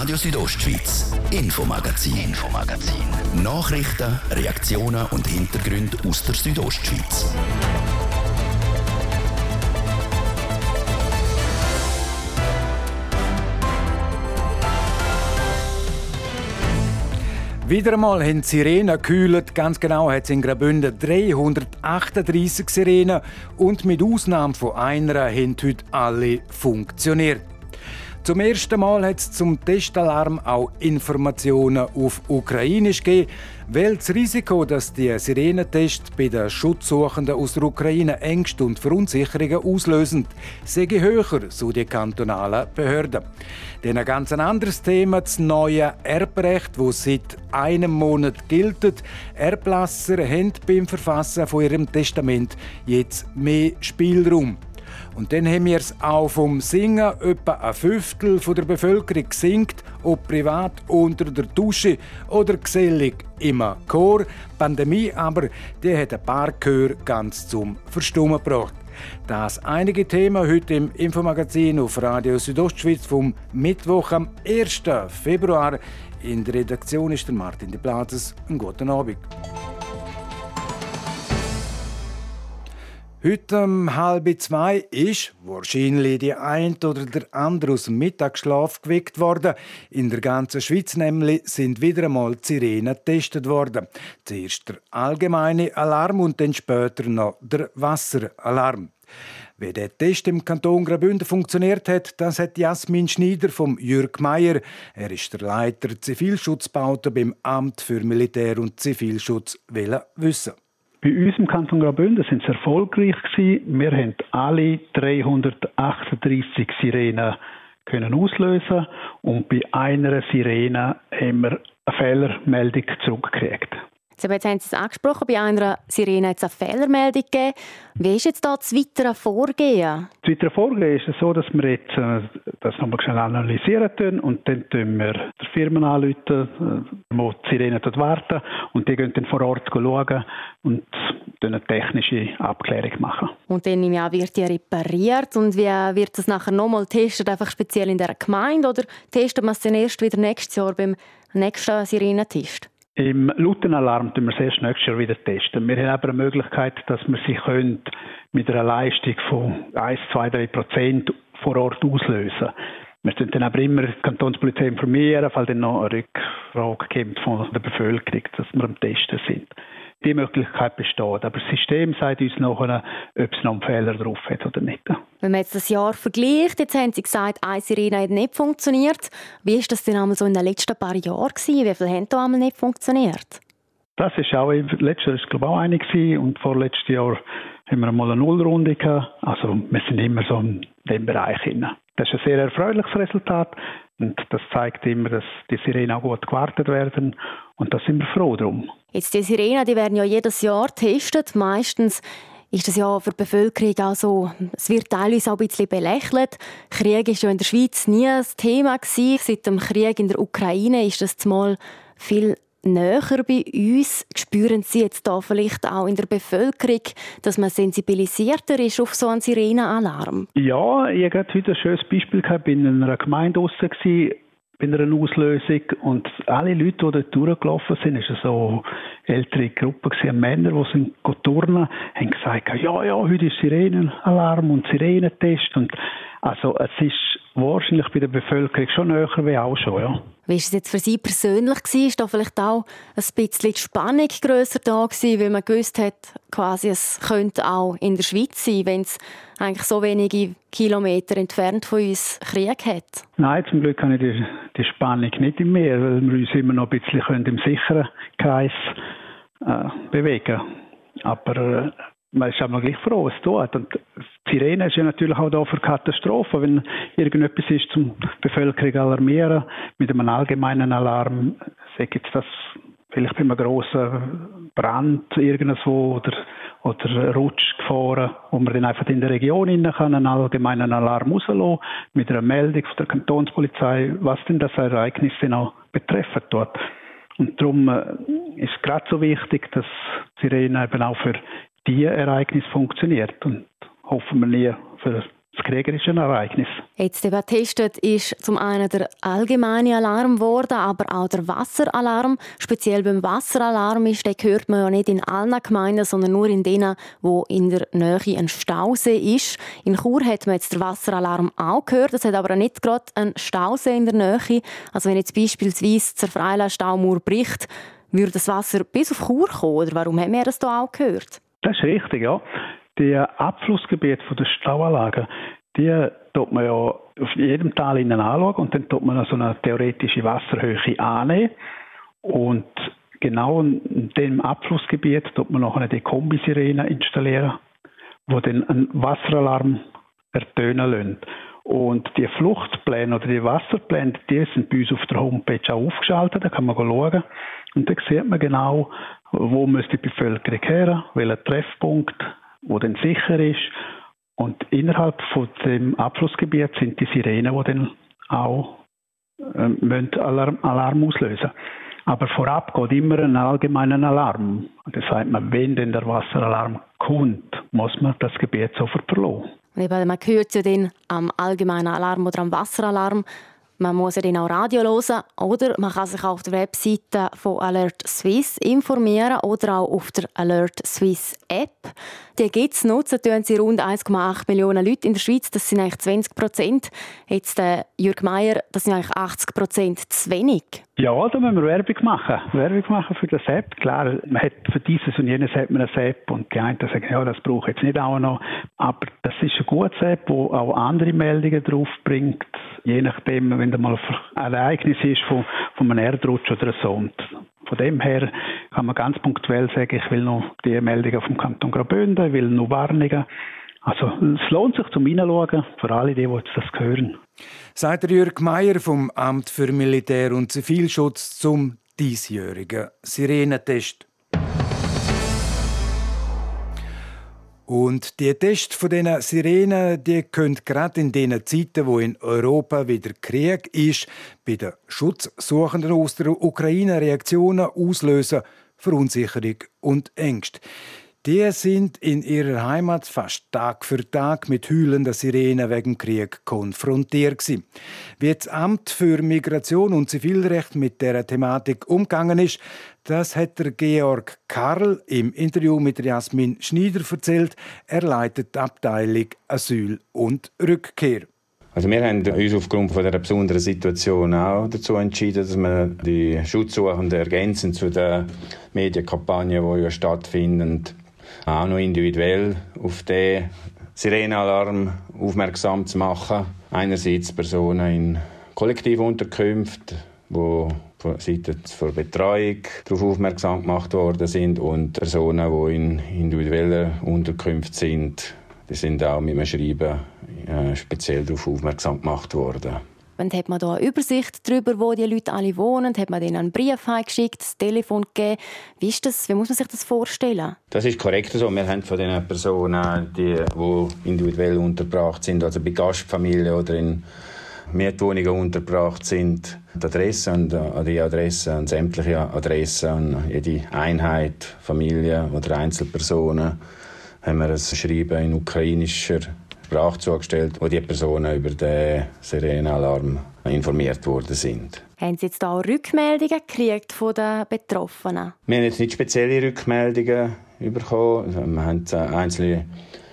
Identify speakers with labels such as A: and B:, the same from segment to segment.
A: Radio Südostschweiz, Infomagazin. Nachrichten, Reaktionen und Hintergründe aus der Südostschweiz.
B: Wieder einmal haben die Sirenen gekühlt. Ganz genau hat es in Graubünden 338 Sirenen und mit Ausnahme von einer haben heute alle funktioniert. Zum ersten Mal hat es zum Testalarm auch Informationen auf Ukrainisch gegeben, weil das Risiko, dass die Sirenentests bei den Schutzsuchenden aus der Ukraine Ängste und Verunsicherungen auslösen, sei höher, so die kantonalen Behörden. Dann ein ganz anderes Thema, das neue Erbrecht, das seit einem Monat gilt. Erblasser haben beim Verfassen von ihrem Testament jetzt mehr Spielraum. Und dann haben wir es auch vom Singen. Etwa ein Fünftel der Bevölkerung singt, ob privat unter der Dusche oder gesellig im Chor. Die Pandemie aber, die hat ein paar Chöre ganz zum Verstummen gebracht. Das einige Themen heute im Infomagazin auf Radio Südostschweiz vom Mittwoch am 1. Februar. In der Redaktion ist der Martin de Plazes. Einen guten Abend. Heute um 1:30 ist wahrscheinlich die eine oder der andere aus dem Mittagsschlaf geweckt worden. In der ganzen Schweiz nämlich sind wieder einmal die Sirenen getestet worden. Zuerst der allgemeine Alarm und dann später noch der Wasseralarm. Wie der Test im Kanton Graubünden funktioniert hat, das hat Jasmin Schneider vom Jürg Meier. Er ist der Leiter Zivilschutzbauten beim Amt für Militär- und Zivilschutz wissen.
C: Bei uns im Kanton Graubünden sind es erfolgreich gewesen. Wir haben alle 338 Sirenen können auslösen und bei einer Sirene haben wir eine Fehlermeldung zurückgekriegt.
D: Jetzt haben Sie es angesprochen, bei einer Sirene hat es eine Fehlermeldung gegeben. Wie ist jetzt da das weitere Vorgehen?
C: Das weitere Vorgehen ist so, dass wir jetzt das nochmal schnell analysieren tun und dann tun wir die Firmen anrufen, wo die Sirene dort warten und die gehen dann vor Ort schauen und eine technische Abklärung machen.
D: Und dann im Jahr wird die repariert und wie wird das nachher nochmal getestet, einfach speziell in der Gemeinde oder testet man es dann erst wieder nächstes Jahr beim nächsten Sirenentest?
C: Im Lautenalarm testen wir es erst nächstes Jahr wieder testen. Wir haben aber eine Möglichkeit, dass wir sie mit einer Leistung von 1, 2, 3% vor Ort auslösen. Wir können dann aber immer die Kantonspolizei informieren, falls dann noch eine Rückfrage gibt von der Bevölkerung, dass wir am Testen sind. Die Möglichkeit besteht, aber das System sagt uns nachher, ob es noch einen Fehler drauf hat oder nicht.
D: Wenn man jetzt das Jahr vergleicht, jetzt haben Sie gesagt, eine Sirene hat nicht funktioniert. Wie war das denn einmal so in den letzten paar Jahren gewesen? Wie viele haben da einmal nicht funktioniert?
C: Das ist auch, letztes Jahr war glaube ich auch eine gewesen, und vorletztes Jahr haben wir einmal eine Nullrunde gehabt. Also wir sind immer so in diesem Bereich hinein. Das ist ein sehr erfreuliches Resultat und das zeigt immer, dass die Sirenen auch gut gewartet werden und da sind wir froh drum.
D: Jetzt die Sirenen, die werden ja jedes Jahr getestet. Meistens ist das ja für die Bevölkerung auch so, es wird teilweise auch ein bisschen belächelt. Krieg war ja in der Schweiz nie ein Thema gewesen. Seit dem Krieg in der Ukraine ist das zumal viel näher bei uns. Spüren Sie jetzt da vielleicht auch in der Bevölkerung, dass man sensibilisierter ist auf so einen Sirenenalarm?
C: Ja, ich hatte heute ein schönes Beispiel gehabt. Ich war in einer Gemeinde draussen, bei einer Auslösung, und alle Leute, die dort durchgelaufen sind, es war so eine ältere Gruppe an Männern, die sind turnen, haben gesagt, ja, heute ist Sirenenalarm und Sirenentest. Und also es ist wahrscheinlich bei der Bevölkerung schon näher wie auch schon, ja.
D: Wie war es jetzt für Sie persönlich? War da vielleicht auch ein bisschen die Spannung grösser da gewesen, weil man gewusst hat, quasi, es könnte auch in der Schweiz sein, wenn es eigentlich so wenige Kilometer entfernt von uns Krieg hat? Nein,
C: zum Glück habe ich die Spannung nicht in mir, weil wir uns immer noch ein bisschen im sicheren Kreis bewegen. Aber man ist aber gleich froh, was es tut. Und die Sirene ist ja natürlich auch da für Katastrophen. Wenn irgendetwas ist, zum Bevölkerung alarmieren, mit einem allgemeinen Alarm, sagt jetzt das vielleicht bei einem grossen Brand irgendwo oder Rutschgefahren, wo man dann einfach in der Region einen allgemeinen Alarm rauslassen, mit einer Meldung von der Kantonspolizei, was denn das Ereignis auch betreffen tut. Und darum ist es gerade so wichtig, dass die Sirene eben auch für diese Ereignisse funktioniert. Und hoffen wir nie für das kriegerische Ereignis.
D: Jetzt getestet ist zum einen der allgemeine Alarm geworden, aber auch der Wasseralarm. Speziell beim Wasseralarm den hört man ja nicht in allen Gemeinden, sondern nur in denen, wo in der Nähe ein Stausee ist. In Chur hat man jetzt den Wasseralarm auch gehört. Es hat aber nicht gerade einen Stausee in der Nähe. Also wenn jetzt beispielsweise der Freiland-Staumauer bricht, würde das Wasser bis auf Chur kommen? Oder warum haben wir das hier auch gehört?
C: Das ist richtig, ja. Die Abflussgebiete der Stauanlagen, die tut man ja auf jedem Tal anschauen und dann tut man so eine theoretische Wasserhöhe annehmen. Und genau in dem Abflussgebiet tut man noch eine Kombisirene installieren, die dann einen Wasseralarm ertönen lässt. Und die Fluchtpläne oder die Wasserpläne, die sind bei uns auf der Homepage auch aufgeschaltet, da kann man schauen. Und dann sieht man genau, wo müsste die Bevölkerung her, welcher Treffpunkt, wo dann sicher ist. Und innerhalb von dem Abflussgebiet sind die Sirenen, die dann auch Alarm auslösen. Aber vorab geht immer ein allgemeiner Alarm. Das sagt man, wenn denn der Wasseralarm kommt, muss man das Gebiet sofort verlassen.
D: Man hört ja dann am allgemeinen Alarm oder am Wasseralarm. Man muss ja dann auch Radio hören oder man kann sich auch auf der Webseite von Alert Suisse informieren oder auch auf der Alert Suisse App. Die gibt es, nutzen tun sie rund 1,8 Millionen Leute in der Schweiz. Das sind eigentlich 20%. Jetzt Jürg Meier, das sind eigentlich 80% zu wenig.
C: Ja, da müssen wir Werbung machen. Werbung machen für das App. Klar, man hat für dieses und jenes hat man eine App und die einen sagen, ja, das brauche ich jetzt nicht auch noch. Aber das ist eine gute App, die auch andere Meldungen drauf bringt. Je nachdem, wenn da mal ein Ereignis ist von einem Erdrutsch oder so. Und von dem her kann man ganz punktuell sagen, ich will noch die Meldungen vom Kanton Graubünden, ich will noch Warnungen. Also es lohnt sich zum Hineinschauen für alle, die das hören.
B: Sagt Jürg Meier vom Amt für Militär- und Zivilschutz zum diesjährigen Sirenentest. Und die Tests von diesen Sirenen, die können gerade in den Zeiten, wo in Europa wieder Krieg ist, bei den Schutzsuchenden aus der Ukraine Reaktionen auslösen, Verunsicherung und Ängste. Die sind in ihrer Heimat fast Tag für Tag mit heulenden Sirenen wegen Krieg konfrontiert gewesen. Wie das Amt für Migration und Zivilrecht mit dieser Thematik umgegangen ist, das hat der Georg Karl im Interview mit Jasmin Schneider erzählt. Er leitet die Abteilung Asyl und Rückkehr.
E: Also wir haben uns aufgrund von dieser besonderen Situation auch dazu entschieden, dass wir die Schutzsuchenden ergänzend zu den Medienkampagnen, die ja stattfinden, auch noch individuell auf den Sirenenalarm aufmerksam zu machen. Einerseits Personen in Kollektivunterkünften, die seitens der Betreuung darauf aufmerksam gemacht worden sind, und Personen, die in individuellen Unterkünften sind, die sind auch mit einem Schreiben speziell darauf aufmerksam gemacht worden.
D: Und hat man da eine Übersicht darüber, wo die Leute alle wohnen? Hat man denen einen Brief geschickt, das Telefon gegeben? Wie ist das? Wie muss man sich das vorstellen?
E: Das ist korrekt so. Wir haben von den Personen, die individuell untergebracht sind, also bei Gastfamilien oder in Mietwohnungen untergebracht sind, die Adresse an die Adresse, an sämtliche Adressen, an jede Einheit, Familie oder Einzelpersonen, haben wir ein Schreiben in ukrainischer Sprache zugestellt, wo die Personen über den Sirenenalarm informiert worden sind.
D: Haben Sie jetzt auch Rückmeldungen gekriegt von den Betroffenen?
E: Wir haben jetzt nicht spezielle Rückmeldungen bekommen. Wir haben einzelne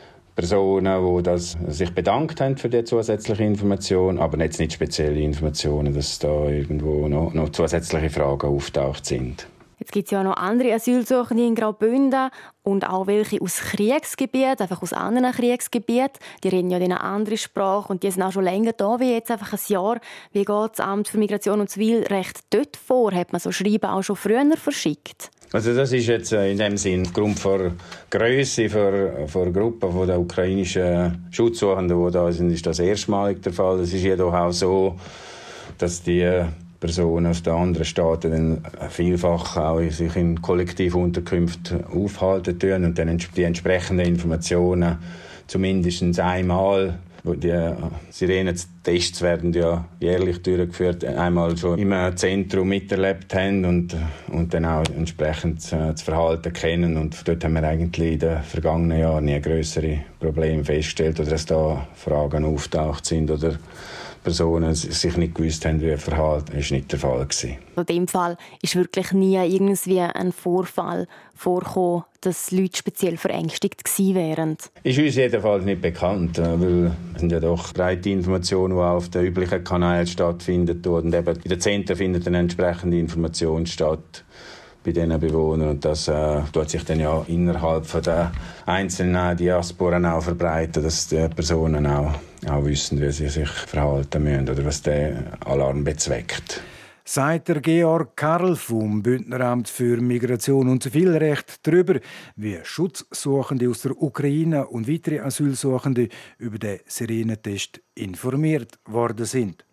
E: Personen, die sich bedankt haben für die zusätzliche Information, aber jetzt nicht spezielle Informationen, dass da irgendwo noch zusätzliche Fragen auftaucht sind.
D: Jetzt gibt es ja auch noch andere Asylsuchende in Graubünden und auch welche aus Kriegsgebieten, einfach aus anderen Kriegsgebieten. Die reden ja eine andere Sprache und die sind auch schon länger da, wie jetzt einfach ein Jahr. Wie geht das Amt für Migration und Zivilrecht dort vor? Hat man so Schreiben auch schon früher verschickt?
E: Also das ist jetzt in dem Sinn aufgrund der Grösse der Gruppe der ukrainischen Schutzsuchenden, die da sind, ist das erstmalig der Fall. Es ist jedoch auch so, dass die Personen aus den anderen Staaten dann vielfach auch sich in Kollektivunterkünften aufhalten tun und dann die entsprechenden Informationen zumindest einmal Die Sirenentests werden ja jährlich durchgeführt, einmal schon im Zentrum miterlebt haben und dann auch entsprechend das Verhalten kennen. Und dort haben wir eigentlich in den vergangenen Jahren nie grössere Probleme festgestellt oder dass da Fragen auftaucht sind oder Personen sich nicht gewusst haben, wie er verhalten. Das war nicht der Fall.
D: In dem Fall ist wirklich nie irgendwie ein Vorfall vorgekommen, dass Leute speziell verängstigt gewesen wären.
E: Ist uns jedenfalls nicht bekannt, weil es sind ja doch breite Informationen, die auf den üblichen Kanälen stattfinden. Und eben in den Zentren findet eine entsprechende Information statt bei diesen Bewohnern. Und das tut sich dann ja innerhalb der einzelnen Diasporen auch verbreiten, dass die Personen auch wissen, wie sie sich verhalten müssen oder was der Alarm bezweckt.
B: Sagt der Georg Karl vom Bündneramt für Migration und Zivilrecht darüber, wie Schutzsuchende aus der Ukraine und weitere Asylsuchende über den Sirenentest informiert worden sind.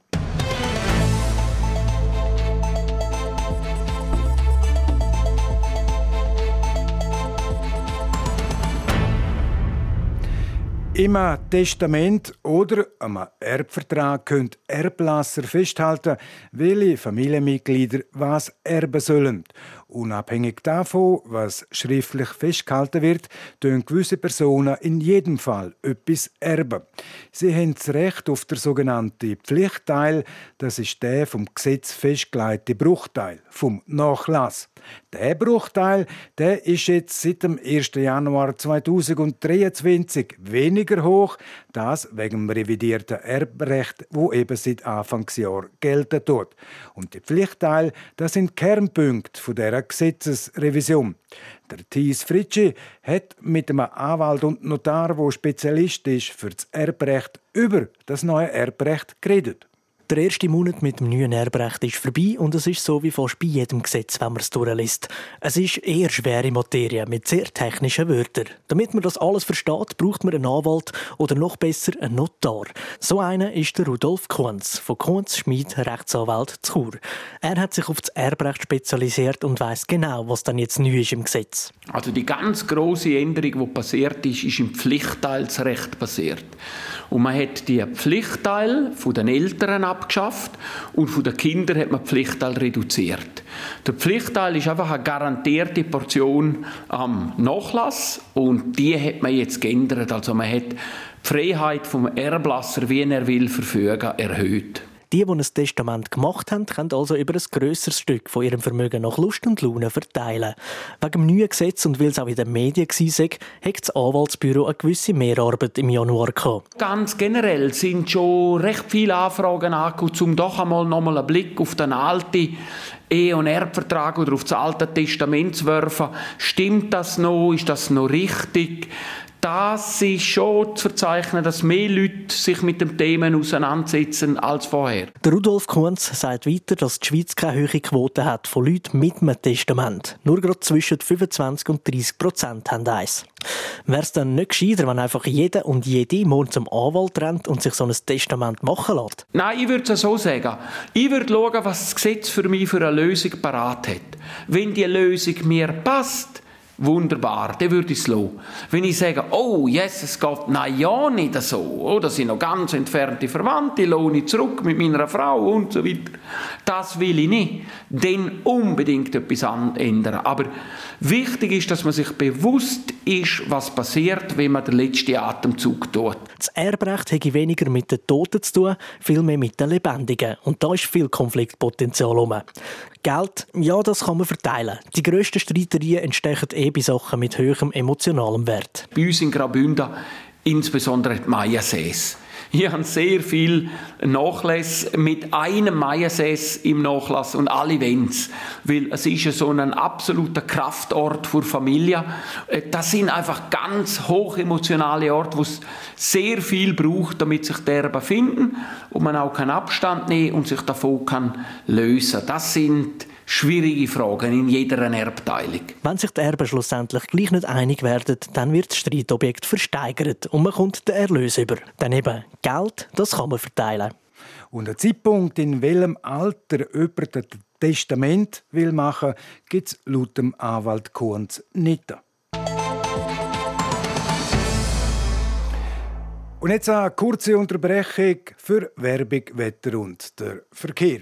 B: Im Testament oder am Erbvertrag können Erblasser festhalten, welche Familienmitglieder was erben sollen. Unabhängig davon, was schriftlich festgehalten wird, tun gewisse Personen in jedem Fall etwas erben. Sie haben das Recht auf den sogenannten Pflichtteil, das ist der vom Gesetz festgelegte Bruchteil, vom Nachlass. Der Bruchteil, der ist jetzt seit dem 1. Januar 2023 weniger hoch, das wegen dem revidierten Erbrecht, wo eben seit Anfangsjahr gelten tut. Und die Pflichtteile, das sind Kernpunkte von dieser Gesetzesrevision. Der Thies Fritschi hat mit einem Anwalt und Notar, der Spezialist ist für das Erbrecht, über das neue Erbrecht geredet.
F: Der erste Monat mit dem neuen Erbrecht ist vorbei und es ist so wie fast bei jedem Gesetz, wenn man es durchliest. Es ist eher schwere Materie mit sehr technischen Wörtern. Damit man das alles versteht, braucht man einen Anwalt oder noch besser einen Notar. So einer ist der Rudolf Kunz von Kunz Schmid Rechtsanwalt zu Chur. Er hat sich auf das Erbrecht spezialisiert und weiss genau, was dann jetzt neu ist im Gesetz.
G: Also die ganz grosse Änderung, die passiert ist im Pflichtteilsrecht passiert. Und man hat die Pflichtteile von den Eltern abgeschafft und von den Kindern hat man die Pflichtteil reduziert. Der Pflichtteil ist einfach eine garantierte Portion am Nachlass und die hat man jetzt geändert. Also man hat die Freiheit vom Erblasser, wie er will, verfügen, erhöht.
F: Die ein Testament gemacht haben, können also über ein grösseres Stück von ihrem Vermögen nach Lust und Laune verteilen. Wegen dem neuen Gesetz und weil es auch in den Medien war, hat das Anwaltsbüro eine gewisse Mehrarbeit im Januar gehabt.
G: Ganz generell sind schon recht viele Anfragen angekommen, um doch einmal nochmal einen Blick auf den alten Ehe- und Erbvertrag oder auf das alte Testament zu werfen. Stimmt das noch? Ist das noch richtig? Das ist schon zu verzeichnen, dass mehr Leute sich mit dem Thema auseinandersetzen als vorher.
F: Der Rudolf Kunz sagt weiter, dass die Schweiz keine hohe Quote hat von Leuten mit einem Testament. Nur gerade zwischen 25% und 30% haben eins. Wäre es dann nicht gescheiter, wenn einfach jeder und jede morgen zum Anwalt rennt und sich so ein Testament machen lässt?
G: Nein, ich würde es so sagen. Ich würde schauen, was das Gesetz für mich für eine Lösung parat hat. Wenn die Lösung mir passt, wunderbar, dann würde ich es lassen. Wenn ich sage, oh, yes, es geht, nein, ja nicht so, oh, das sind noch ganz entfernte Verwandte, lohne ich zurück mit meiner Frau und so weiter. Das will ich nicht. Dann unbedingt etwas ändern. Aber wichtig ist, dass man sich bewusst ist, was passiert, wenn man den letzten Atemzug tut.
F: Das Erbrecht hat weniger mit den Toten zu tun, vielmehr mit den Lebendigen. Und da ist viel Konfliktpotenzial herum. Geld, ja, das kann man verteilen. Die grössten Streitereien entstehen bei Sachen mit hohem emotionalem Wert.
G: Bei uns in Graubünden, insbesondere die Mayasäß. Ich habe sehr viel Nachlass mit einem Mayasäß im Nachlass und alle wollen's. Weil es ist ja so ein absoluter Kraftort für Familie. Das sind einfach ganz hochemotionale Orte, wo es sehr viel braucht, damit sich die Erben finden und man auch keinen Abstand nehmen und sich davon kann lösen. Das sind schwierige Fragen in jeder Erbteilung.
F: Wenn sich die Erben schlussendlich gleich nicht einig werden, dann wird das Streitobjekt versteigert und man kommt den Erlös über. Dann eben Geld, das kann man verteilen.
B: Und ein Zeitpunkt, in welchem Alter jemand ein Testament machen will, gibt es laut dem Anwalt Kunz nicht. Und jetzt eine kurze Unterbrechung für Werbung, Wetter und der Verkehr.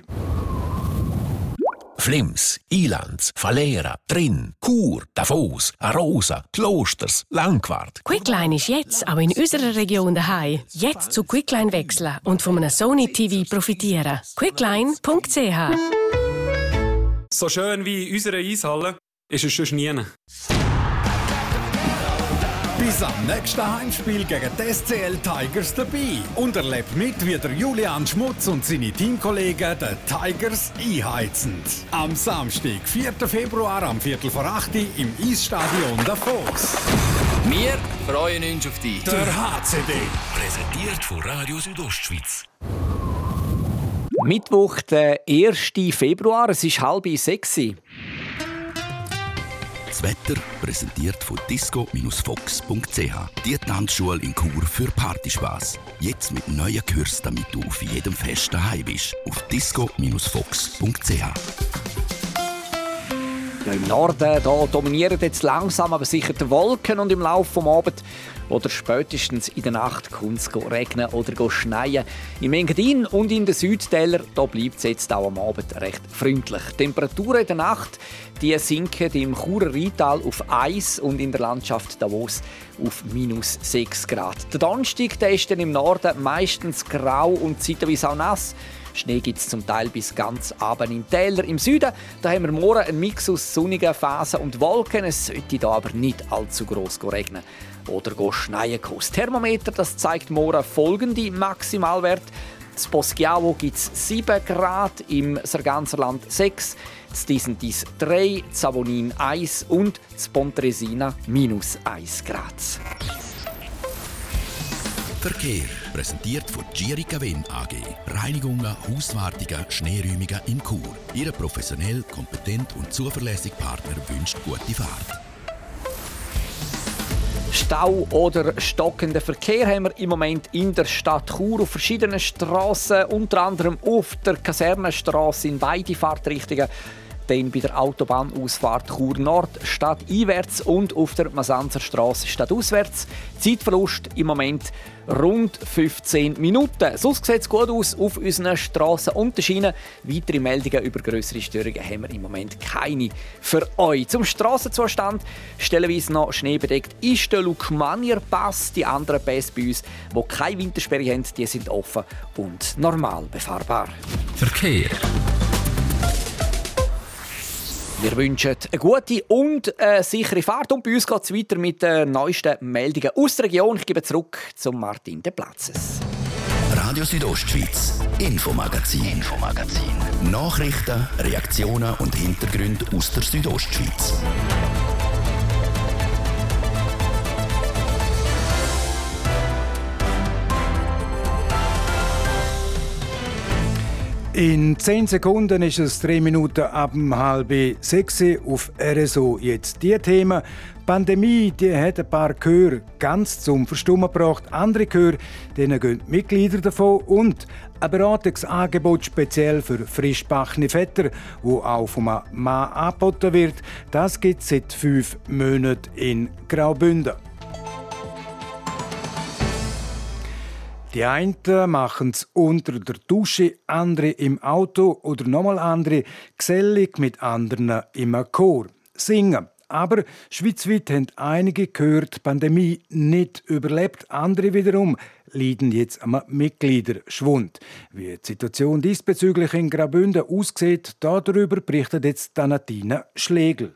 H: Flims, Ilanz, Valera, Trin, Chur, Davos, Arosa, Klosters, Langquart.
I: Quickline ist jetzt auch in unserer Region daheim. Jetzt zu Quickline wechseln und von einem Sony TV profitieren. Quickline.ch.
J: So schön wie in unserer Eishalle ist es schon nie.
K: Bis am nächsten Heimspiel gegen die SCL Tigers dabei und erlebt mit, wie der Julian Schmutz und seine Teamkollegen den Tigers einheizen. Am Samstag, 4. Februar, am 7:45 im Eisstadion Davos.
L: Wir freuen uns auf dich.
K: Der HCD.
H: Präsentiert von Radio Südostschweiz.
M: Mittwoch, der 1. Februar, es ist 5:30.
A: Das Wetter präsentiert von disco-fox.ch. Die Tanzschule in Chur für Partyspaß. Jetzt mit neuen Kursen, damit du auf jedem Fest daheim bist. Auf disco-fox.ch.
M: Ja, im Norden da dominieren jetzt langsam aber sicher die Wolken und im Laufe des Abends oder spätestens in der Nacht kann es regnen oder schneien. Im Engadin und in den Südtälern bleibt es jetzt auch am Abend recht freundlich. Die Temperaturen in der Nacht die sinken im Churer Rheintal auf 1 und in der Landschaft Davos auf -6 Grad. Der Donnerstag der ist dann im Norden meistens grau und zeitweise auch nass. Schnee gibt es zum Teil bis ganz abend in Tälern. Im Süden da haben wir morgen einen Mix aus sonnigen Phasen und Wolken. Es sollte hier aber nicht allzu gross regnen oder schneien. Das Thermometer das zeigt morgen folgende Maximalwerte. In Poschiavo gibt es 7 Grad, im Sarganserland 6, in Disentis 3, in Savonin 1 und in Pontresina -1 Grad.
A: Verkehr präsentiert von Gierica Wen AG. Reinigungen, Hauswartungen, Schneeräumungen in Chur. Ihr professionell, kompetent und zuverlässig Partner wünscht gute Fahrt.
M: Stau oder stockenden Verkehr haben wir im Moment in der Stadt Chur auf verschiedenen Strassen, unter anderem auf der Kasernenstrasse in beide Fahrtrichtungen, dann bei der Autobahnausfahrt Chur Nord stadteinwärts und auf der Masanzerstrasse stadtauswärts. Zeitverlust im Moment rund 15 Minuten. Sonst sieht es gut aus auf unseren Strassen und den Schienen. Weitere Meldungen über grössere Störungen haben wir im Moment keine für euch. Zum Strassenzustand stellenweise noch schneebedeckt ist der Lukmanier Pass. Die anderen Pässe bei uns, die keine Wintersperre haben, die sind offen und normal befahrbar.
H: Verkehr.
M: Wir wünschen eine gute und sichere Fahrt. Und bei uns geht es weiter mit den neuesten Meldungen aus der Region. Ich gebe zurück zu Martin de Platzes.
A: Radio Südostschweiz, Infomagazin. Nachrichten, Reaktionen und Hintergründe aus der Südostschweiz.
B: In 10 Sekunden ist es 3 Minuten ab 5:30 auf RSO. Jetzt die Themen. Die Pandemie die hat ein paar Chöre ganz zum Verstummen gebracht. Andere Chöre denen gehen die Mitglieder davon. Und ein Beratungsangebot speziell für frischgebackene Väter, wo auch vom Mann angeboten wird. Das gibt es seit 5 Monaten in Graubünden. Die einen machen es unter der Dusche, andere im Auto oder nochmal andere gesellig mit anderen im Chor singen. Aber schweizweit haben einige gehört, die Pandemie nicht überlebt. Andere wiederum leiden jetzt am Mitgliederschwund. Wie die Situation diesbezüglich in Graubünden aussieht, darüber berichtet jetzt Danatina Schlegel.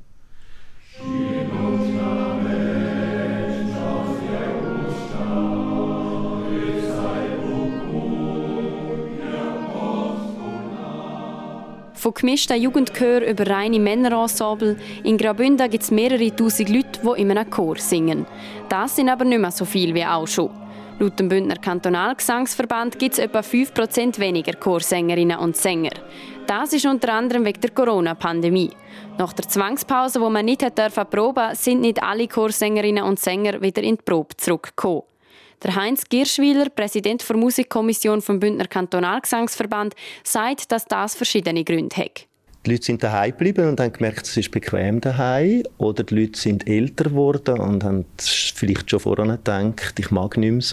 N: Von gemischten Jugendchören über reine Männerensemble. In Graubünden gibt es mehrere tausend Leute, die in einem Chor singen. Das sind aber nicht mehr so viele wie auch schon. Laut dem Bündner Kantonalgesangsverband gibt es etwa 5% weniger Chorsängerinnen und Sänger. Das ist unter anderem wegen der Corona-Pandemie. Nach der Zwangspause, wo man nicht proben durfte, sind nicht alle Chorsängerinnen und Sänger wieder in die Probe zurückgekommen. Der Heinz Girschwiler, Präsident der Musikkommission vom Bündner Kantonalgesangsverband, sagt, dass das verschiedene Gründe hat.
O: Die Leute sind daheim geblieben und haben gemerkt, es ist bequem daheim. Oder die Leute sind älter geworden und haben vielleicht schon vorher gedacht, ich mag nicht mehr so.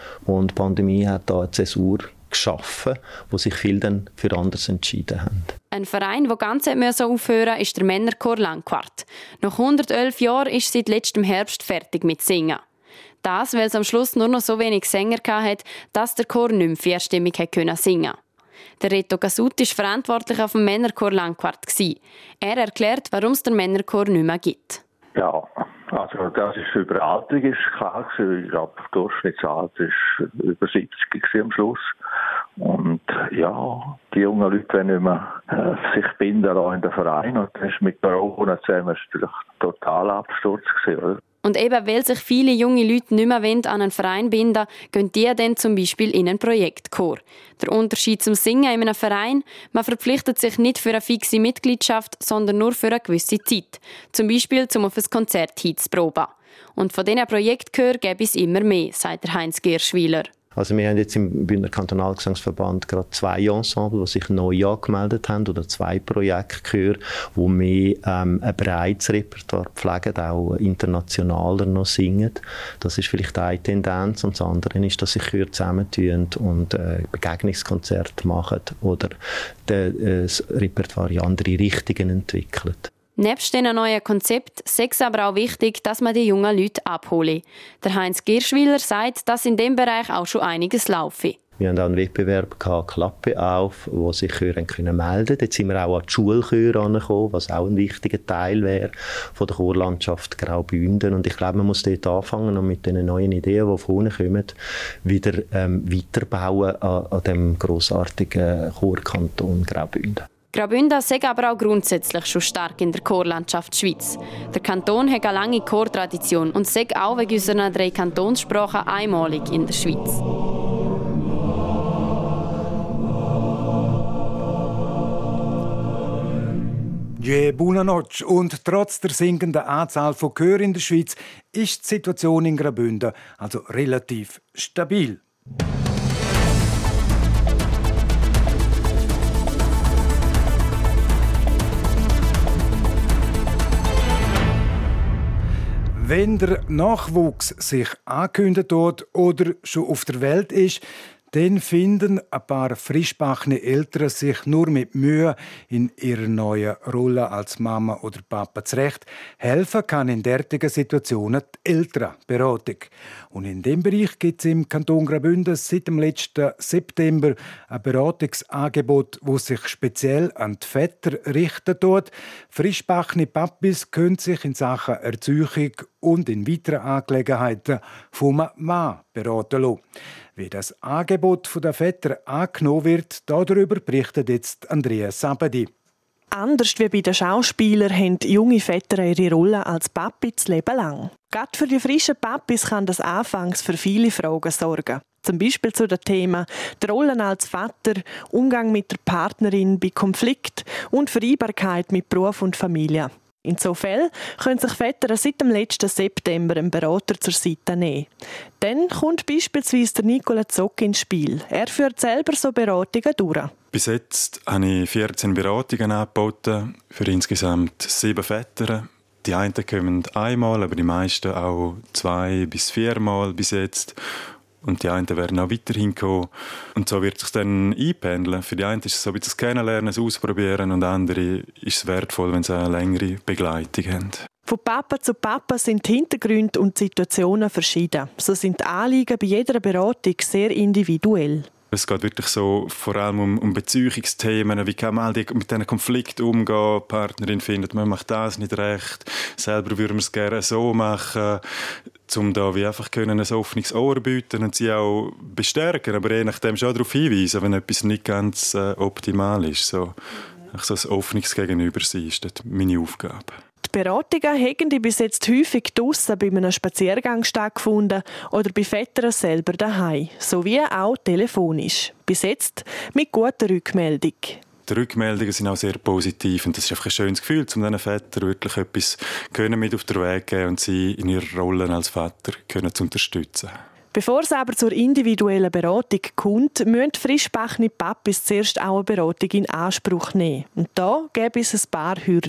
O: Und die Pandemie hat da eine Zäsur geschaffen, wo sich viele dann für anderes entschieden haben.
N: Ein Verein, der ganz aufhören musste, ist der Männerchor Langquart. Nach 111 Jahren ist seit letztem Herbst fertig mit Singen. Das, weil es am Schluss nur noch so wenig Sänger hatte, dass der Chor nicht mehr vierstimmig singen konnte. Der Reto Gasut war verantwortlich auf dem Männerchor Langquart. Er erklärt, warum es den Männerchor nicht mehr gibt.
P: Ja, also das ist Überalterung, ist klar gewesen. Ich glaube, das Durchschnittsalter war über 70 am Schluss. Und ja, die jungen Leute wollen nicht mehr sich binden lassen in den Verein. Und das ist mit Corona zusammen natürlich ein totaler Absturz gewesen, oder?
N: Und eben, weil sich viele junge Leute nicht mehr an einen Verein binden, gehen die dann zum Beispiel in einen Projektchor. Der Unterschied zum Singen in einem Verein: man verpflichtet sich nicht für eine fixe Mitgliedschaft, sondern nur für eine gewisse Zeit. Zum Beispiel, um auf ein Konzert hinzuproben. Und von diesen Projektchören gäbe es immer mehr, sagt Heinz Gerschwiler.
O: Also wir haben jetzt im Bündner Kantonalgesangsverband gerade 2 Ensembles, die sich neu angemeldet haben, oder 2 Projektchöre, die mehr ein breites Repertoire pflegen, auch internationaler noch singen. Das ist vielleicht eine Tendenz. Und das andere ist, dass sich Chöre zusammentun und Begegnungskonzerte machen oder das Repertoire in andere Richtungen entwickeln.
N: Nebst diesen neuen Konzept sei es aber auch wichtig, dass man die jungen Leute abhole. Der Heinz Gerschwiler sagt, dass in diesem Bereich auch schon einiges laufe.
O: Wir haben auch einen Wettbewerb gehabt, Klappe auf, wo sich Chöre melden können. Jetzt sind wir auch an die Schulchöre angekommen, was auch ein wichtiger Teil wäre von der Chorlandschaft Graubünden. Und ich glaube, man muss dort anfangen und mit den neuen Ideen, die von unten kommen, wieder weiterbauen an dem grossartigen Chorkanton Graubünden.
N: Graubünden sei aber auch grundsätzlich schon stark in der Chorlandschaft Schweiz. Der Kanton hat eine lange Chortradition und sei auch wegen unserer 3 Kantonssprachen einmalig in der Schweiz.
B: Buona notte. Und trotz der sinkenden Anzahl von Chören in der Schweiz ist die Situation in Graubünden also relativ stabil. Wenn der Nachwuchs sich ankündigt oder schon auf der Welt ist, dann finden ein paar frischbackene Eltern sich nur mit Mühe in ihrer neuen Rolle als Mama oder Papa zurecht. Helfen kann in derartigen Situationen die Elternberatung. Und in diesem Bereich gibt es im Kanton Graubünden seit dem letzten September ein Beratungsangebot, das sich speziell an die Väter richten tut. Frischbackene Papis können sich in Sachen Erziehung und in weiteren Angelegenheiten vom Mann beraten lassen. Wie das Angebot der Väter angenommen wird, darüber berichtet jetzt Andrea Sabadi.
Q: Anders wie bei den Schauspielern haben junge Väter ihre Rolle als Papi das Leben lang. Gerade für die frischen Papis kann das anfangs für viele Fragen sorgen. Zum Beispiel zu den Themen die Rollen als Vater, Umgang mit der Partnerin bei Konflikt und Vereinbarkeit mit Beruf und Familie. In so Fällen können sich Väter seit dem letzten September einen Berater zur Seite nehmen. Dann kommt beispielsweise der Nicola Zock ins Spiel. Er führt selber so Beratungen durch.
R: Bis jetzt habe ich 14 Beratungen angeboten für insgesamt 7 Väter. Die einen kommen einmal, aber die meisten auch 2 bis 4 Mal bis jetzt. Und die einen werden auch weiterhin kommen. Und so wird es sich dann einpendeln. Für die einen ist es so ein bisschen das Kennenlernen, das Ausprobieren. Und andere ist es wertvoll, wenn sie eine längere Begleitung haben.
Q: Von Papa zu Papa sind die Hintergründe und die Situationen verschieden. So sind die Anliegen bei jeder Beratung sehr individuell.
R: Es geht wirklich so vor allem um Beziehungsthemen. Wie kann man mit diesen Konflikten umgehen? Die Partnerin findet, man macht das nicht recht. Selber würden wir es gerne so machen, um da wie einfach ein offenes Ohr bieten und sie auch bestärken. Aber je nachdem schon darauf hinweisen, wenn etwas nicht ganz optimal ist. So ein offenes Gegenübersein ist dort meine Aufgabe.
Q: Die Beratungen haben bis jetzt häufig draussen bei einem Spaziergang stattgefunden oder bei Vätern selber daheim, sowie auch telefonisch. Bis jetzt mit guter Rückmeldung.
R: Die Rückmeldungen sind auch sehr positiv und das ist einfach ein schönes Gefühl, um diesen Vätern wirklich etwas mit auf den Weg geben und sie in ihrer Rolle als Vater zu unterstützen.
Q: Bevor es aber zur individuellen Beratung kommt, müssen frischbackene Papis zuerst auch eine Beratung in Anspruch nehmen. Und da gäbe es ein paar Hürden.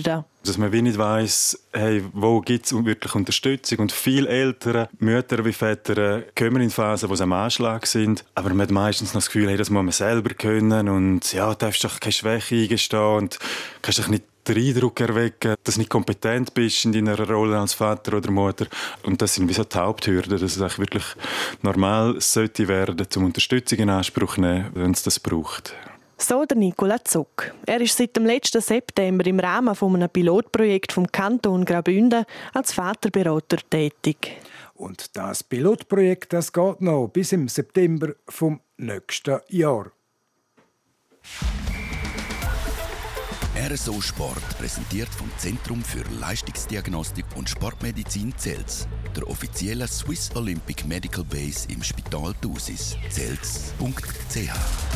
R: Dass man wie nicht weiss, hey, wo gibt es wirklich Unterstützung. Und viele Eltern, Mütter wie Väter, kommen in Phasen, wo sie am Anschlag sind. Aber man hat meistens noch das Gefühl, hey, das muss man selber können. Und ja, du darfst doch keine Schwäche eingestehen und kannst dich nicht den Eindruck erwecken, dass du nicht kompetent bist in deiner Rolle als Vater oder Mutter. Und das sind wie so die Haupthürden, dass es wirklich normal sollte werden, zum Unterstützung in Anspruch zu nehmen, wenn es das braucht.
Q: So der Nicola Zuck. Er ist seit dem letzten September im Rahmen von einem Pilotprojekt vom Kanton Graubünden als Vaterberater tätig.
B: Und das Pilotprojekt das geht noch bis im September vom nächsten Jahr.
A: RSO Sport präsentiert vom Zentrum für Leistungsdiagnostik und Sportmedizin Zels, der offiziellen Swiss Olympic Medical Base im Spital Thusis, zels.ch.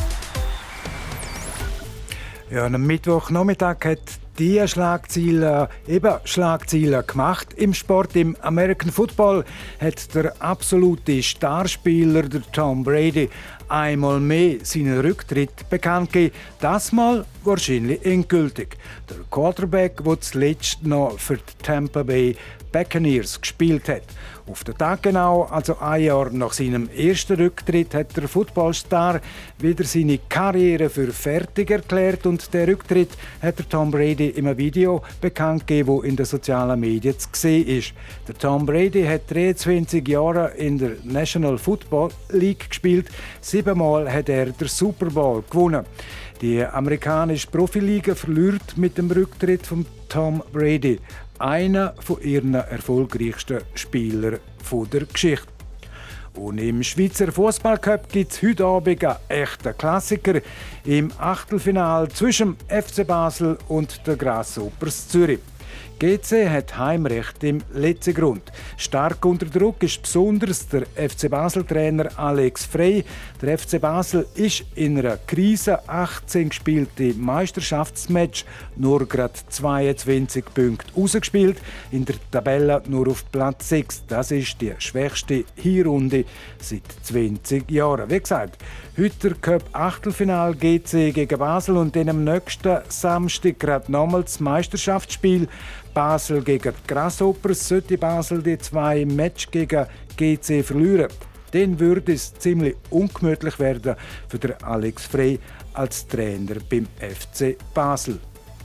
B: Ja, am Mittwochnachmittag hat die Schlagzeilen gemacht. Im Sport, im American Football, hat der absolute Starspieler, der Tom Brady, einmal mehr seinen Rücktritt bekannt gegeben. Das Mal wahrscheinlich endgültig. Der Quarterback, der zuletzt noch für die Tampa Bay Buccaneers gespielt hat. Auf den Tag genau, also ein Jahr nach seinem ersten Rücktritt, hat der Footballstar wieder seine Karriere für fertig erklärt und der Rücktritt hat der Tom Brady in einem Video bekannt gegeben, das in den sozialen Medien zu sehen ist. Der Tom Brady hat 23 Jahre in der National Football League gespielt. 7-mal hat er den Super Bowl gewonnen. Die amerikanische Profiliga verliert mit dem Rücktritt von Tom Brady, einer von ihren erfolgreichsten Spielern der Geschichte. Und im Schweizer Fußballcup gibt es heute Abend einen echten Klassiker im Achtelfinale zwischen FC Basel und der Grasshoppers Zürich. GC hat Heimrecht im letzten Grund. Stark unter Druck ist besonders der FC Basel-Trainer Alex Frey. Der FC Basel ist in einer Krise. 18 gespielte Meisterschaftsmatch, nur gerade 22 Punkte rausgespielt. In der Tabelle nur auf Platz 6. Das ist die schwächste Hinrunde seit 20 Jahren. Wie gesagt, heute der Cup-Achtelfinal GC gegen Basel und dann am nächsten Samstag gerade nochmals das Meisterschaftsspiel Basel gegen die Grasshoppers. Sollte Basel die 2 Matches gegen GC verlieren, dann würde es ziemlich ungemütlich werden für den Alex Frey als Trainer beim FC Basel.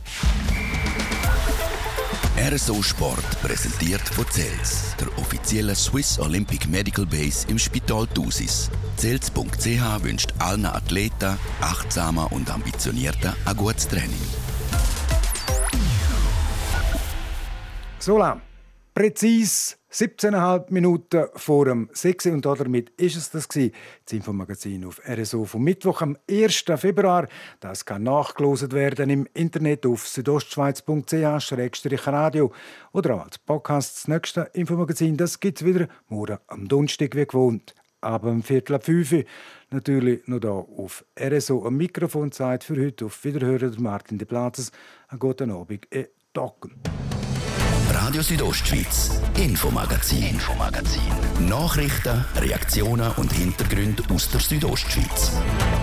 A: RSO Sport präsentiert von Zels, der offiziellen Swiss Olympic Medical Base im Spital Thusis. Zels.ch wünscht allen Athleten, achtsamen und ambitionierten ein gutes Training.
B: So lang. Präzise 17,5 Minuten vor dem 6. Und damit ist es das gewesen. Das Infomagazin auf RSO vom Mittwoch am 1. Februar. Das kann nachgelost werden im Internet auf südostschweiz.ch/radio oder auch als Podcast. Das nächste Infomagazin gibt es wieder morgen am Donnerstag wie gewohnt. Aber um 4:45 natürlich noch hier auf RSO. Am Mikrofon Zeit für heute. Auf Wiederhören, Martin de Platzes. Einen guten Abend. Tacken.
A: Radio Südostschweiz, Infomagazin. Nachrichten, Reaktionen und Hintergründe aus der Südostschweiz.